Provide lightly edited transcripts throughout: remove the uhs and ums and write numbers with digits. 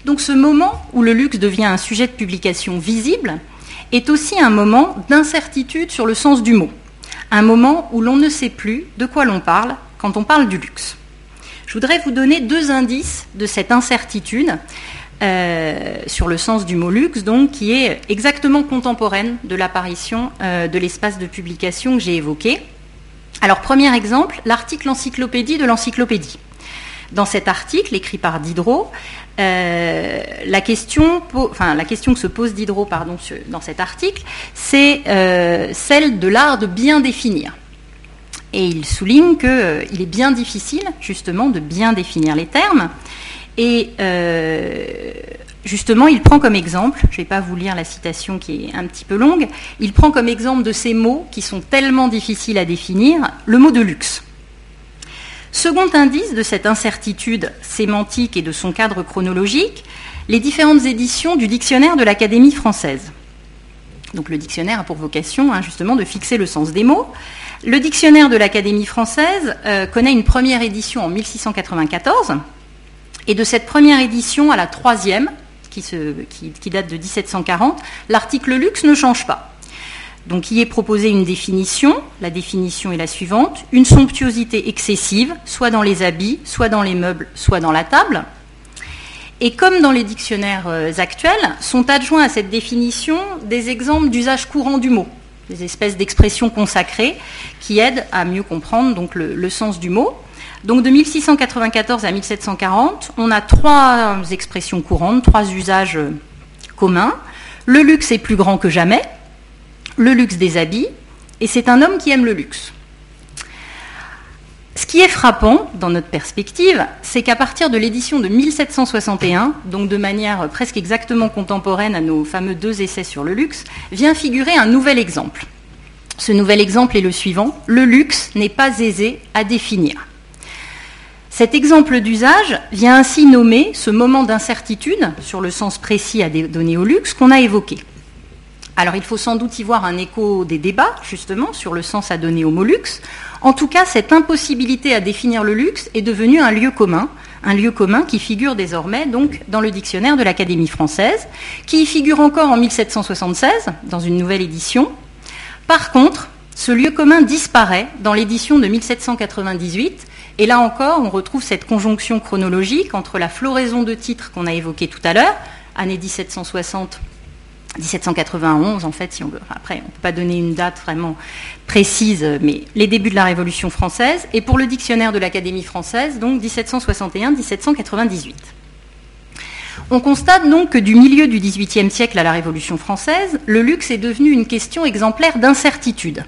Donc ce moment où le luxe devient un sujet de publication visible est aussi un moment d'incertitude sur le sens du mot, un moment où l'on ne sait plus de quoi l'on parle quand on parle du luxe. Je voudrais vous donner 2 indices de cette incertitude sur le sens du mot luxe, donc, qui est exactement contemporaine de l'apparition de l'espace de publication que j'ai évoqué. Alors, premier exemple, l'article encyclopédie de l'encyclopédie. Dans cet article, écrit par Diderot, la question que se pose Diderot dans cet article, c'est celle de l'art de bien définir. Et il souligne qu'il est bien difficile, justement, de bien définir les termes. Et justement, il prend comme exemple, je ne vais pas vous lire la citation qui est un petit peu longue, il prend comme exemple de ces mots qui sont tellement difficiles à définir, le mot de luxe. Second indice de cette incertitude sémantique et de son cadre chronologique, les différentes éditions du dictionnaire de l'Académie française. Donc le dictionnaire a pour vocation, justement, de fixer le sens des mots. Le dictionnaire de l'Académie française connaît une première édition en 1694, et de cette première édition à la troisième, qui date de 1740, l'article luxe ne change pas. Donc y est proposée une définition, la définition est la suivante, une somptuosité excessive, soit dans les habits, soit dans les meubles, soit dans la table. Et comme dans les dictionnaires actuels, sont adjoints à cette définition des exemples d'usage courant du mot, des espèces d'expressions consacrées qui aident à mieux comprendre donc, le sens du mot. Donc de 1694 à 1740, on a 3 expressions courantes, 3 usages communs. Le luxe est plus grand que jamais, le luxe des habits, et c'est un homme qui aime le luxe. Ce qui est frappant dans notre perspective, c'est qu'à partir de l'édition de 1761, donc de manière presque exactement contemporaine à nos fameux 2 essais sur le luxe, vient figurer un nouvel exemple. Ce nouvel exemple est le suivant, le luxe n'est pas aisé à définir. Cet exemple d'usage vient ainsi nommer ce moment d'incertitude sur le sens précis à donner au luxe qu'on a évoqué. Alors il faut sans doute y voir un écho des débats, justement, sur le sens à donner au mot luxe. En tout cas, cette impossibilité à définir le luxe est devenue un lieu commun qui figure désormais donc dans le dictionnaire de l'Académie française, qui y figure encore en 1776, dans une nouvelle édition. Par contre, ce lieu commun disparaît dans l'édition de 1798, et là encore, on retrouve cette conjonction chronologique entre la floraison de titres qu'on a évoquée tout à l'heure, année 1760, 1791 en fait, si on veut. Après, on ne peut pas donner une date vraiment précise, mais les débuts de la Révolution française, et pour le dictionnaire de l'Académie française, donc 1761-1798. On constate donc que du milieu du XVIIIe siècle à la Révolution française, le luxe est devenu une question exemplaire d'incertitude.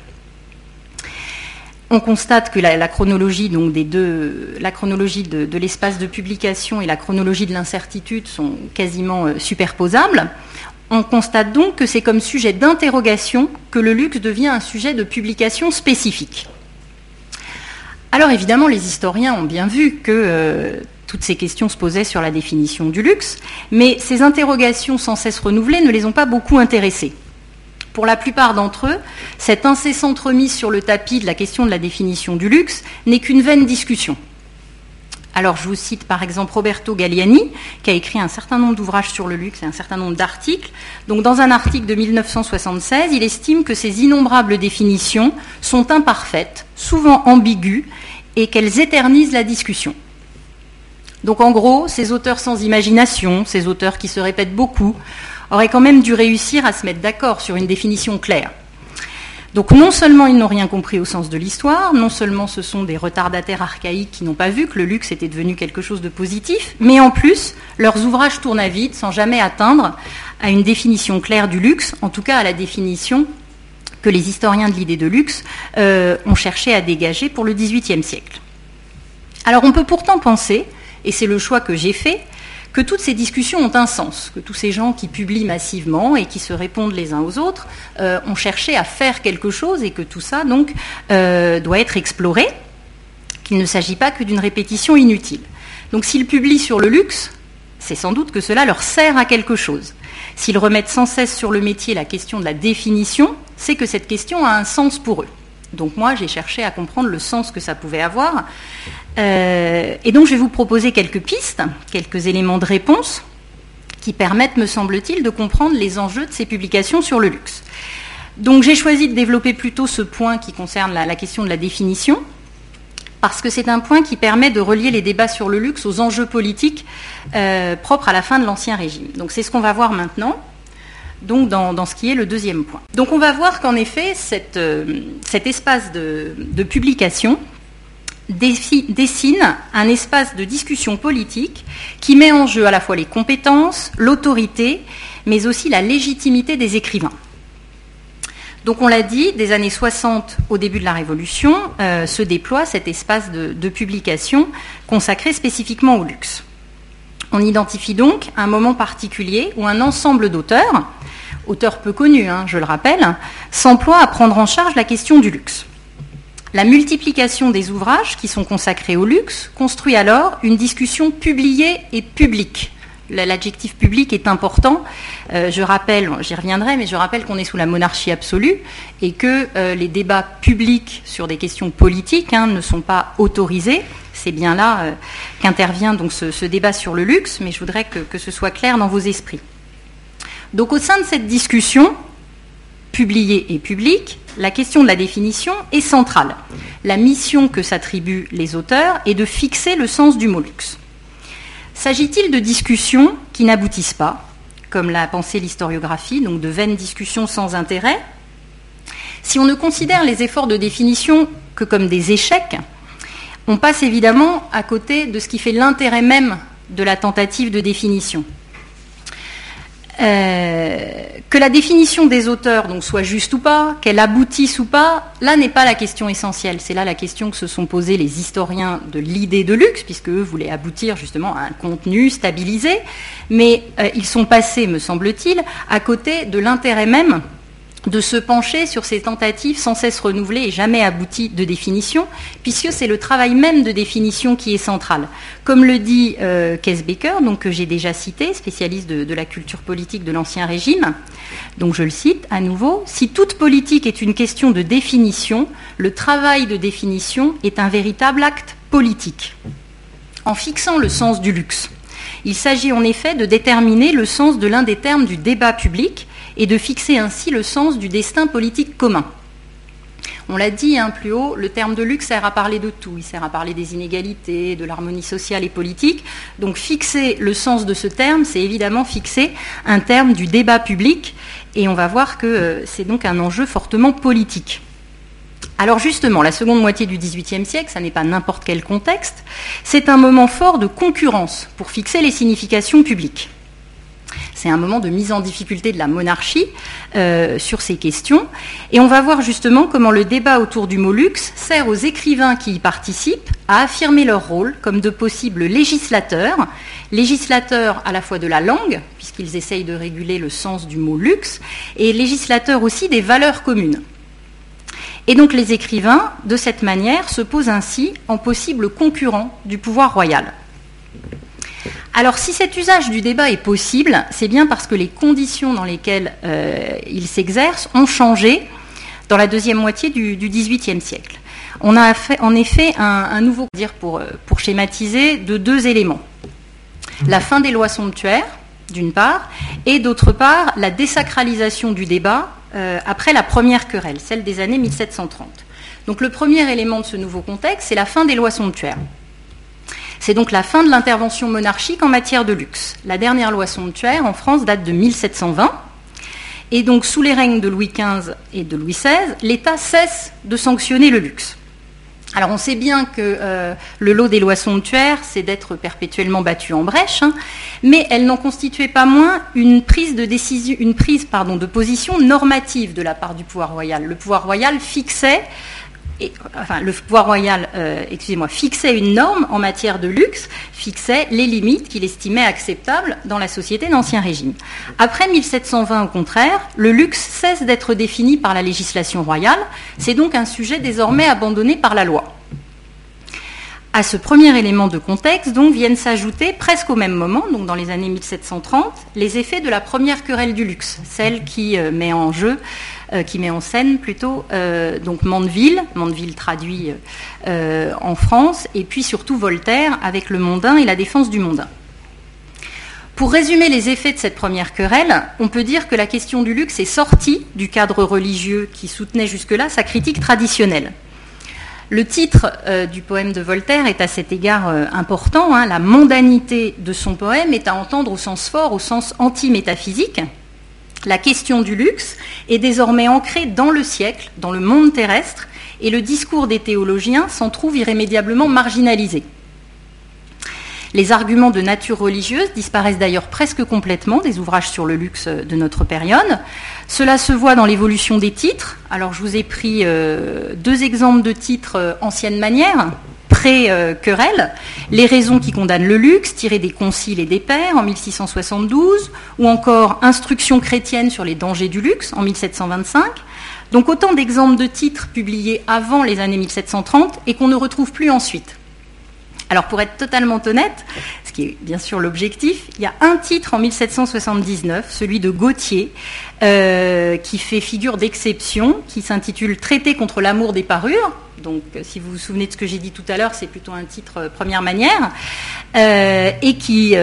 On constate que la chronologie donc la chronologie de l'espace de publication et la chronologie de l'incertitude sont quasiment superposables. On constate donc que c'est comme sujet d'interrogation que le luxe devient un sujet de publication spécifique. Alors évidemment, les historiens ont bien vu que toutes ces questions se posaient sur la définition du luxe, mais ces interrogations sans cesse renouvelées ne les ont pas beaucoup intéressés. Pour la plupart d'entre eux, cette incessante remise sur le tapis de la question de la définition du luxe n'est qu'une vaine discussion. Alors je vous cite par exemple Roberto Galliani, qui a écrit un certain nombre d'ouvrages sur le luxe et un certain nombre d'articles. Donc dans un article de 1976, il estime que ces innombrables définitions sont imparfaites, souvent ambiguës, et qu'elles éternisent la discussion. Donc en gros, ces auteurs sans imagination, ces auteurs qui se répètent beaucoup, auraient quand même dû réussir à se mettre d'accord sur une définition claire. Donc non seulement ils n'ont rien compris au sens de l'histoire, non seulement ce sont des retardataires archaïques qui n'ont pas vu que le luxe était devenu quelque chose de positif, mais en plus, leurs ouvrages tournent à vide sans jamais atteindre à une définition claire du luxe, en tout cas à la définition que les historiens de l'idée de luxe ont cherché à dégager pour le XVIIIe siècle. Alors on peut pourtant penser, et c'est le choix que j'ai fait, que toutes ces discussions ont un sens, que tous ces gens qui publient massivement et qui se répondent les uns aux autres ont cherché à faire quelque chose et que tout ça donc doit être exploré, qu'il ne s'agit pas que d'une répétition inutile. Donc s'ils publient sur le luxe, c'est sans doute que cela leur sert à quelque chose. S'ils remettent sans cesse sur le métier la question de la définition, c'est que cette question a un sens pour eux. Donc moi, j'ai cherché à comprendre le sens que ça pouvait avoir. Et donc, je vais vous proposer quelques pistes, quelques éléments de réponse qui permettent, me semble-t-il, de comprendre les enjeux de ces publications sur le luxe. Donc j'ai choisi de développer plutôt ce point qui concerne la question de la définition, parce que c'est un point qui permet de relier les débats sur le luxe aux enjeux politiques propres à la fin de l'Ancien Régime. Donc c'est ce qu'on va voir maintenant, donc dans ce qui est le deuxième point. Donc on va voir qu'en effet, cet espace de publication dessine un espace de discussion politique qui met en jeu à la fois les compétences, l'autorité, mais aussi la légitimité des écrivains. Donc on l'a dit, des années 60 au début de la Révolution, se déploie cet espace de publication consacré spécifiquement au luxe. On identifie donc un moment particulier où un ensemble d'auteurs, auteurs peu connus, je le rappelle, s'emploient à prendre en charge la question du luxe. La multiplication des ouvrages qui sont consacrés au luxe construit alors une discussion publiée et publique. L'adjectif public est important. Je rappelle, j'y reviendrai, mais je rappelle qu'on est sous la monarchie absolue et que les débats publics sur des questions politiques ne sont pas autorisés. C'est bien là qu'intervient donc ce débat sur le luxe, mais je voudrais que ce soit clair dans vos esprits. Donc au sein de cette discussion, publiée et publique, la question de la définition est centrale. La mission que s'attribuent les auteurs est de fixer le sens du mot luxe. S'agit-il de discussions qui n'aboutissent pas, comme l'a pensé l'historiographie, donc de vaines discussions sans intérêt? Si on ne considère les efforts de définition que comme des échecs, on passe évidemment à côté de ce qui fait l'intérêt même de la tentative de définition. Que la définition des auteurs donc, soit juste ou pas, qu'elle aboutisse ou pas, là n'est pas la question essentielle. C'est là la question que se sont posés les historiens de l'idée de luxe, puisque eux voulaient aboutir justement à un contenu stabilisé, mais ils sont passés, me semble-t-il, à côté de l'intérêt même de se pencher sur ces tentatives sans cesse renouvelées et jamais abouties de définition, puisque c'est le travail même de définition qui est central. Comme le dit Kees Bekker, donc, que j'ai déjà cité, spécialiste de la culture politique de l'Ancien Régime, donc je le cite à nouveau, « Si toute politique est une question de définition, le travail de définition est un véritable acte politique. » En fixant le sens du luxe, il s'agit en effet de déterminer le sens de l'un des termes du débat public et de fixer ainsi le sens du destin politique commun. On l'a dit plus haut, le terme de luxe sert à parler de tout. Il sert à parler des inégalités, de l'harmonie sociale et politique. Donc fixer le sens de ce terme, c'est évidemment fixer un terme du débat public. Et on va voir que c'est donc un enjeu fortement politique. Alors justement, la seconde moitié du XVIIIe siècle, ça n'est pas n'importe quel contexte, c'est un moment fort de concurrence pour fixer les significations publiques. C'est un moment de mise en difficulté de la monarchie sur ces questions. Et on va voir justement comment le débat autour du mot luxe sert aux écrivains qui y participent à affirmer leur rôle comme de possibles législateurs à la fois de la langue, puisqu'ils essayent de réguler le sens du mot luxe, et législateurs aussi des valeurs communes. Et donc les écrivains, de cette manière, se posent ainsi en possibles concurrents du pouvoir royal. Alors, si cet usage du débat est possible, c'est bien parce que les conditions dans lesquelles il s'exerce ont changé dans la deuxième moitié du XVIIIe siècle. On a en effet un nouveau, pour schématiser, de deux éléments. La fin des lois somptuaires, d'une part, et d'autre part, la désacralisation du débat après la première querelle, celle des années 1730. Donc le premier élément de ce nouveau contexte, c'est la fin des lois somptuaires. C'est donc la fin de l'intervention monarchique en matière de luxe. La dernière loi somptuaire en France date de 1720. Et donc, sous les règnes de Louis XV et de Louis XVI, l'État cesse de sanctionner le luxe. Alors, on sait bien que le lot des lois somptuaires, c'est d'être perpétuellement battu en brèche, mais elles n'en constituaient pas moins une prise de position normative de la part du pouvoir royal. Le pouvoir royal fixait fixait une norme en matière de luxe, fixait les limites qu'il estimait acceptables dans la société d'Ancien Régime. Après 1720, au contraire, le luxe cesse d'être défini par la législation royale, c'est donc un sujet désormais abandonné par la loi. À ce premier élément de contexte, donc, viennent s'ajouter, presque au même moment, donc dans les années 1730, les effets de la première querelle du luxe, celle qui met en scène donc Mandeville traduit en France, et puis surtout Voltaire avec le mondain et la défense du mondain. Pour résumer les effets de cette première querelle, on peut dire que la question du luxe est sortie du cadre religieux qui soutenait jusque-là sa critique traditionnelle. Le titre du poème de Voltaire est à cet égard important. La mondanité de son poème est à entendre au sens fort, au sens anti-métaphysique. La question du luxe est désormais ancrée dans le siècle, dans le monde terrestre, et le discours des théologiens s'en trouve irrémédiablement marginalisé. Les arguments de nature religieuse disparaissent d'ailleurs presque complètement des ouvrages sur le luxe de notre période. Cela se voit dans l'évolution des titres. Alors je vous ai pris deux exemples de titres ancienne manière, pré-querelle. Les raisons qui condamnent le luxe, tirées des conciles et des pères en 1672, ou encore Instructions chrétiennes sur les dangers du luxe en 1725. Donc autant d'exemples de titres publiés avant les années 1730 et qu'on ne retrouve plus ensuite. Alors pour être totalement honnête, ce qui est bien sûr l'objectif, il y a un titre en 1779, celui de Gautier, qui fait figure d'exception, qui s'intitule « Traité contre l'amour des parures ». Donc si vous vous souvenez de ce que j'ai dit tout à l'heure, c'est plutôt un titre première manière, et qui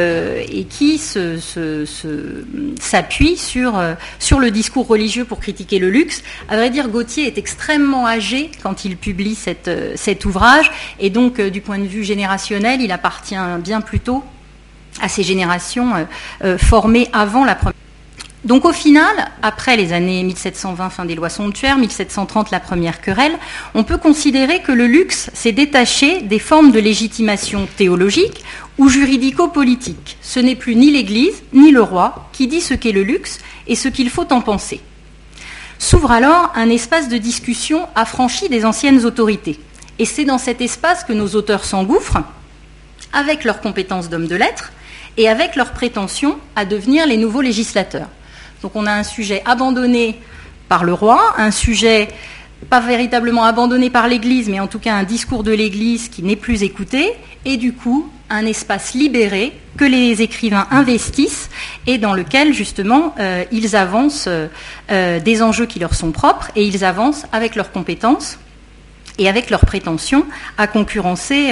s'appuie sur le discours religieux pour critiquer le luxe. À vrai dire, Gautier est extrêmement âgé quand il publie cet ouvrage, et donc du point de vue générationnel, il appartient bien plutôt à ces générations formées avant la première. Donc au final, après les années 1720, fin des lois somptuaires, 1730, la première querelle, on peut considérer que le luxe s'est détaché des formes de légitimation théologique ou juridico-politique. Ce n'est plus ni l'Église, ni le roi qui dit ce qu'est le luxe et ce qu'il faut en penser. S'ouvre alors un espace de discussion affranchi des anciennes autorités. Et c'est dans cet espace que nos auteurs s'engouffrent, avec leurs compétences d'hommes de lettres et avec leurs prétentions à devenir les nouveaux législateurs. Donc on a un sujet abandonné par le roi, un sujet pas véritablement abandonné par l'Église, mais en tout cas un discours de l'Église qui n'est plus écouté, et du coup un espace libéré que les écrivains investissent et dans lequel justement ils avancent des enjeux qui leur sont propres, et ils avancent avec leurs compétences et avec leurs prétentions à concurrencer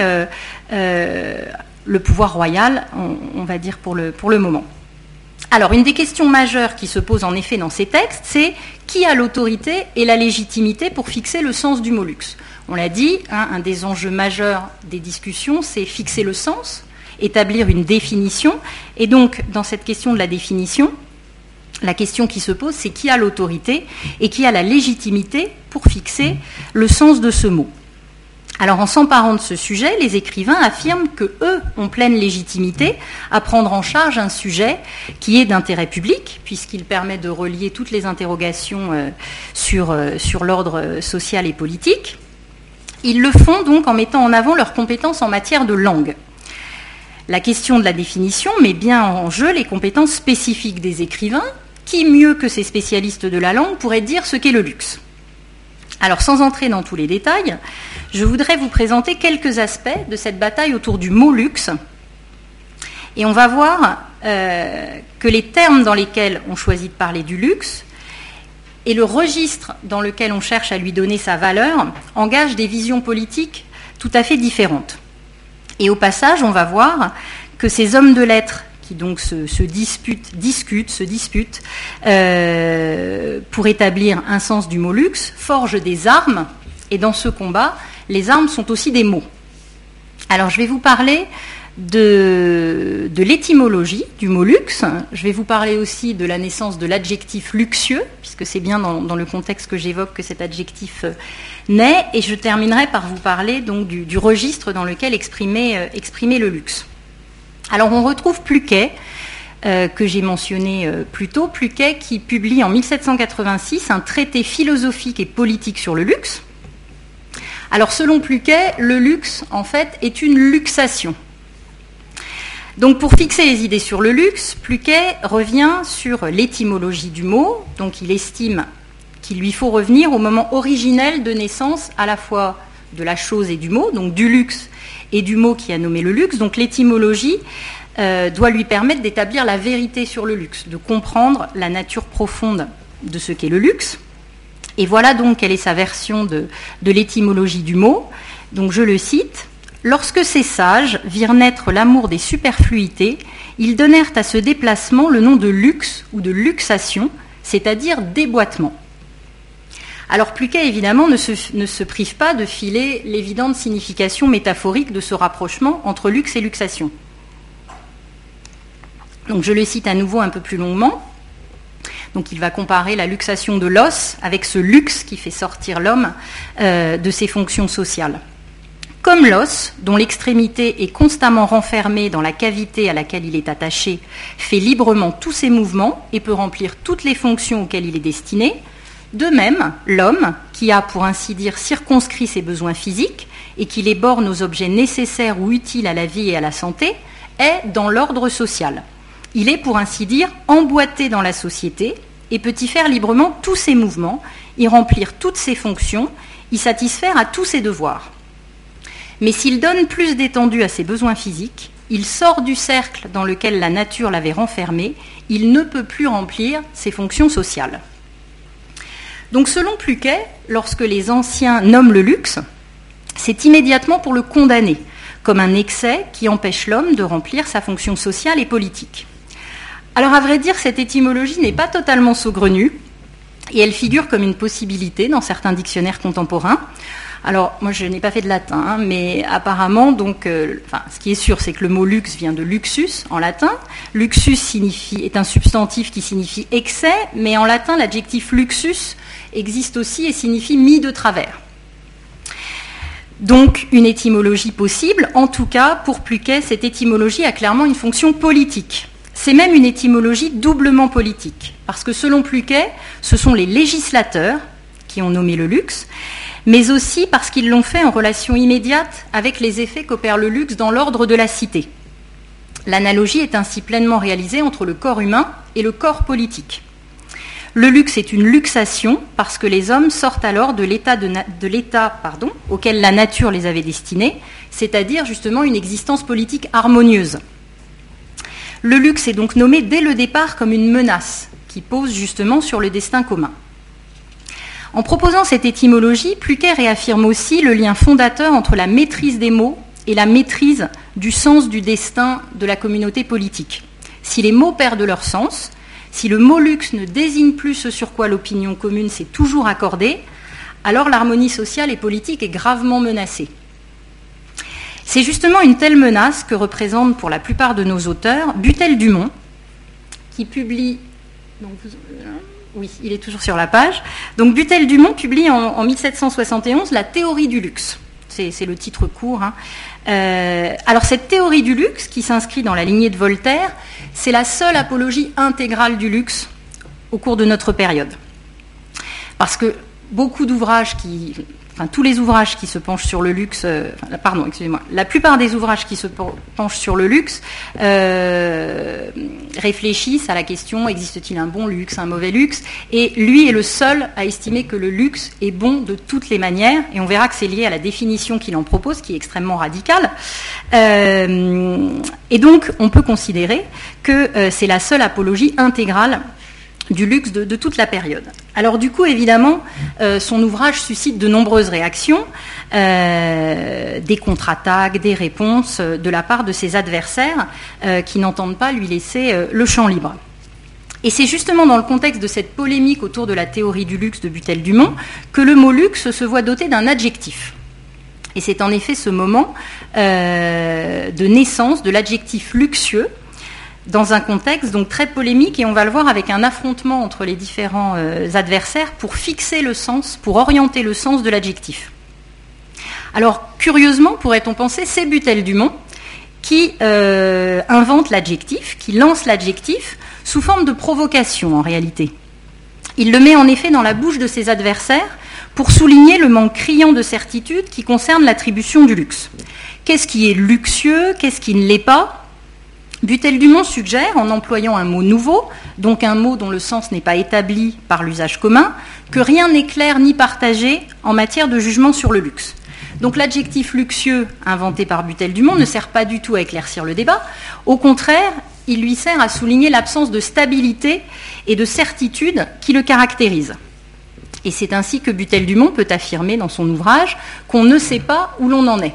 le pouvoir royal, on va dire pour le moment. Alors, une des questions majeures qui se pose en effet dans ces textes, c'est qui a l'autorité et la légitimité pour fixer le sens du mot luxe ? On l'a dit, un des enjeux majeurs des discussions, c'est fixer le sens, établir une définition. Et donc, dans cette question de la définition, la question qui se pose, c'est qui a l'autorité et qui a la légitimité pour fixer le sens de ce mot ? Alors, en s'emparant de ce sujet, les écrivains affirment qu'eux ont pleine légitimité à prendre en charge un sujet qui est d'intérêt public, puisqu'il permet de relier toutes les interrogations sur l'ordre social et politique. Ils le font donc en mettant en avant leurs compétences en matière de langue. La question de la définition met bien en jeu les compétences spécifiques des écrivains. Qui, mieux que ces spécialistes de la langue, pourrait dire ce qu'est le luxe ? Alors, sans entrer dans tous les détails, je voudrais vous présenter quelques aspects de cette bataille autour du mot luxe. Et on va voir que les termes dans lesquels on choisit de parler du luxe et le registre dans lequel on cherche à lui donner sa valeur engagent des visions politiques tout à fait différentes. Et au passage, on va voir que ces hommes de lettres qui donc se disputent pour établir un sens du mot luxe, forgent des armes, et dans ce combat, les armes sont aussi des mots. Alors je vais vous parler de l'étymologie du mot luxe, je vais vous parler aussi de la naissance de l'adjectif luxueux, puisque c'est bien dans le contexte que j'évoque que cet adjectif naît, et je terminerai par vous parler donc du registre dans lequel exprimer le luxe. Alors on retrouve Pluquet, que j'ai mentionné plus tôt, Pluquet qui publie en 1786 un traité philosophique et politique sur le luxe. Alors selon Pluquet, le luxe en fait est une luxation. Donc pour fixer les idées sur le luxe, Pluquet revient sur l'étymologie du mot, donc il estime qu'il lui faut revenir au moment originel de naissance à la fois de la chose et du mot, donc du luxe et du mot qui a nommé le luxe. Donc l'étymologie doit lui permettre d'établir la vérité sur le luxe, de comprendre la nature profonde de ce qu'est le luxe. Et voilà donc quelle est sa version de l'étymologie du mot. Donc je le cite. « Lorsque ces sages virent naître l'amour des superfluités, ils donnèrent à ce déplacement le nom de luxe ou de luxation, c'est-à-dire déboîtement. Alors Pluquet, évidemment, ne se prive pas de filer l'évidente signification métaphorique de ce rapprochement entre luxe et luxation. Donc je le cite à nouveau un peu plus longuement. Donc il va comparer la luxation de l'os avec ce luxe qui fait sortir l'homme de ses fonctions sociales. Comme l'os, dont l'extrémité est constamment renfermée dans la cavité à laquelle il est attaché, fait librement tous ses mouvements et peut remplir toutes les fonctions auxquelles il est destiné, de même, l'homme, qui a, pour ainsi dire, circonscrit ses besoins physiques et qui les borne aux objets nécessaires ou utiles à la vie et à la santé, est dans l'ordre social. Il est, pour ainsi dire, emboîté dans la société et peut y faire librement tous ses mouvements, y remplir toutes ses fonctions, y satisfaire à tous ses devoirs. Mais s'il donne plus d'étendue à ses besoins physiques, il sort du cercle dans lequel la nature l'avait renfermé, il ne peut plus remplir ses fonctions sociales. Donc selon Pluquet, lorsque les anciens nomment le luxe, c'est immédiatement pour le condamner, comme un excès qui empêche l'homme de remplir sa fonction sociale et politique. Alors à vrai dire, cette étymologie n'est pas totalement saugrenue, et elle figure comme une possibilité dans certains dictionnaires contemporains. Alors, moi, je n'ai pas fait de latin, mais apparemment, donc, ce qui est sûr, c'est que le mot luxe vient de luxus, en latin. Luxus est un substantif qui signifie excès, mais en latin, l'adjectif luxus existe aussi et signifie mis de travers. Donc, une étymologie possible. En tout cas, pour Pluquet, cette étymologie a clairement une fonction politique. C'est même une étymologie doublement politique, parce que selon Pluquet, ce sont les législateurs qui ont nommé le luxe, mais aussi parce qu'ils l'ont fait en relation immédiate avec les effets qu'opère le luxe dans l'ordre de la cité. L'analogie est ainsi pleinement réalisée entre le corps humain et le corps politique. Le luxe est une luxation parce que les hommes sortent alors de l'état auquel la nature les avait destinés, c'est-à-dire justement une existence politique harmonieuse. Le luxe est donc nommé dès le départ comme une menace qui pose justement sur le destin commun. En proposant cette étymologie, Pluquet réaffirme aussi le lien fondateur entre la maîtrise des mots et la maîtrise du sens du destin de la communauté politique. Si les mots perdent leur sens, si le mot luxe ne désigne plus ce sur quoi l'opinion commune s'est toujours accordée, alors l'harmonie sociale et politique est gravement menacée. C'est justement une telle menace que représente pour la plupart de nos auteurs Butel-Dumont, qui publie... Oui, il est toujours sur la page. Donc Butel-Dumont publie en 1771 la théorie du luxe. C'est le titre court. Alors cette théorie du luxe, qui s'inscrit dans la lignée de Voltaire, c'est la seule apologie intégrale du luxe au cours de notre période. Parce que beaucoup d'ouvrages tous les ouvrages qui se penchent sur le luxe, la plupart des ouvrages qui se penchent sur le luxe réfléchissent à la question, existe-t-il un bon luxe, un mauvais luxe? Et lui est le seul à estimer que le luxe est bon de toutes les manières, et on verra que c'est lié à la définition qu'il en propose, qui est extrêmement radicale. Et donc, on peut considérer que c'est la seule apologie intégrale du luxe de toute la période. Alors du coup, évidemment, son ouvrage suscite de nombreuses réactions, des contre-attaques, des réponses de la part de ses adversaires qui n'entendent pas lui laisser le champ libre. Et c'est justement dans le contexte de cette polémique autour de la théorie du luxe de Butel-Dumont que le mot luxe se voit doté d'un adjectif. Et c'est en effet ce moment de naissance de l'adjectif luxueux, dans un contexte donc très polémique, et on va le voir avec un affrontement entre les différents adversaires pour fixer le sens, pour orienter le sens de l'adjectif. Alors, curieusement, pourrait-on penser, c'est Butel-Dumont qui invente l'adjectif, qui lance l'adjectif sous forme de provocation en réalité. Il le met en effet dans la bouche de ses adversaires pour souligner le manque criant de certitude qui concerne l'attribution du luxe. Qu'est-ce qui est luxueux, qu'est-ce qui ne l'est pas ? Butel-Dumont suggère, en employant un mot nouveau, donc un mot dont le sens n'est pas établi par l'usage commun, que rien n'est clair ni partagé en matière de jugement sur le luxe. Donc l'adjectif luxueux inventé par Butel-Dumont ne sert pas du tout à éclaircir le débat. Au contraire, il lui sert à souligner l'absence de stabilité et de certitude qui le caractérise. Et c'est ainsi que Butel-Dumont peut affirmer dans son ouvrage qu'on ne sait pas où l'on en est.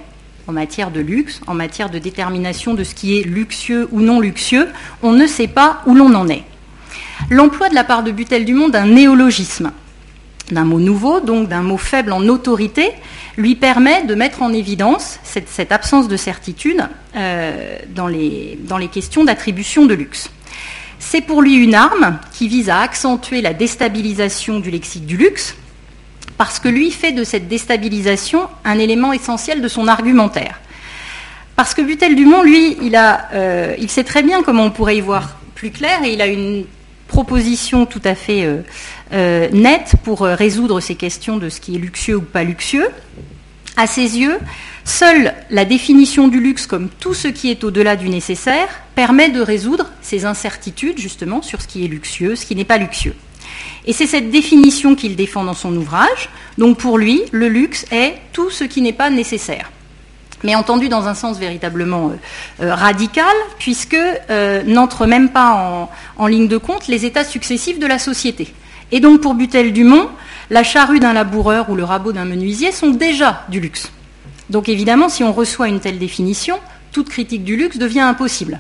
en matière de luxe, en matière de détermination de ce qui est luxueux ou non luxueux. On ne sait pas où l'on en est. L'emploi de la part de Butel-Dumont d'un néologisme, d'un mot nouveau, donc d'un mot faible en autorité, lui permet de mettre en évidence cette absence de certitude dans les questions d'attribution de luxe. C'est pour lui une arme qui vise à accentuer la déstabilisation du lexique du luxe, parce que lui fait de cette déstabilisation un élément essentiel de son argumentaire. Parce que Butel-Dumont, lui, il sait très bien comment on pourrait y voir plus clair, et il a une proposition tout à fait nette pour résoudre ces questions de ce qui est luxueux ou pas luxueux. À ses yeux, seule la définition du luxe comme tout ce qui est au-delà du nécessaire permet de résoudre ces incertitudes justement sur ce qui est luxueux, ce qui n'est pas luxueux. Et c'est cette définition qu'il défend dans son ouvrage. Donc pour lui, le luxe est tout ce qui n'est pas nécessaire. Mais entendu dans un sens véritablement radical, puisque n'entrent même pas en ligne de compte les états successifs de la société. Et donc pour Butel-Dumont, la charrue d'un laboureur ou le rabot d'un menuisier sont déjà du luxe. Donc évidemment, si on reçoit une telle définition, toute critique du luxe devient impossible.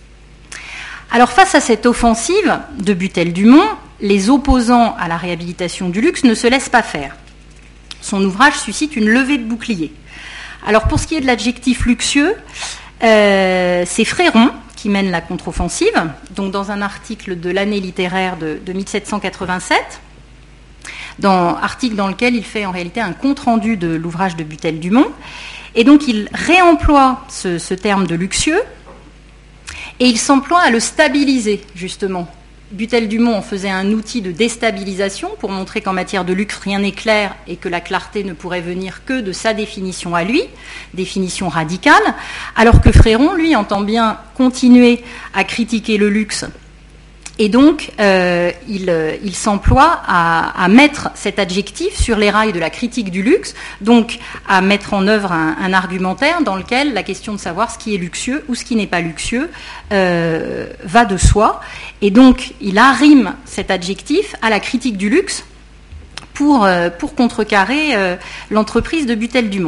Alors face à cette offensive de Butel-Dumont, les opposants à la réhabilitation du luxe ne se laissent pas faire. Son ouvrage suscite une levée de bouclier. Alors pour ce qui est de l'adjectif luxueux, c'est Fréron qui mène la contre-offensive, donc dans un article de l'année littéraire de 1787, article dans lequel il fait en réalité un compte-rendu de l'ouvrage de Butel-Dumont, et donc il réemploie ce terme de luxueux, et il s'emploie à le stabiliser justement. Butel-Dumont en faisait un outil de déstabilisation pour montrer qu'en matière de luxe, rien n'est clair et que la clarté ne pourrait venir que de sa définition à lui, définition radicale, alors que Fréron, lui, entend bien continuer à critiquer le luxe. Et donc, il s'emploie à mettre cet adjectif sur les rails de la critique du luxe, donc à mettre en œuvre un argumentaire dans lequel la question de savoir ce qui est luxueux ou ce qui n'est pas luxueux va de soi. Et donc, il arrime cet adjectif à la critique du luxe pour contrecarrer l'entreprise de Butel-Dumont.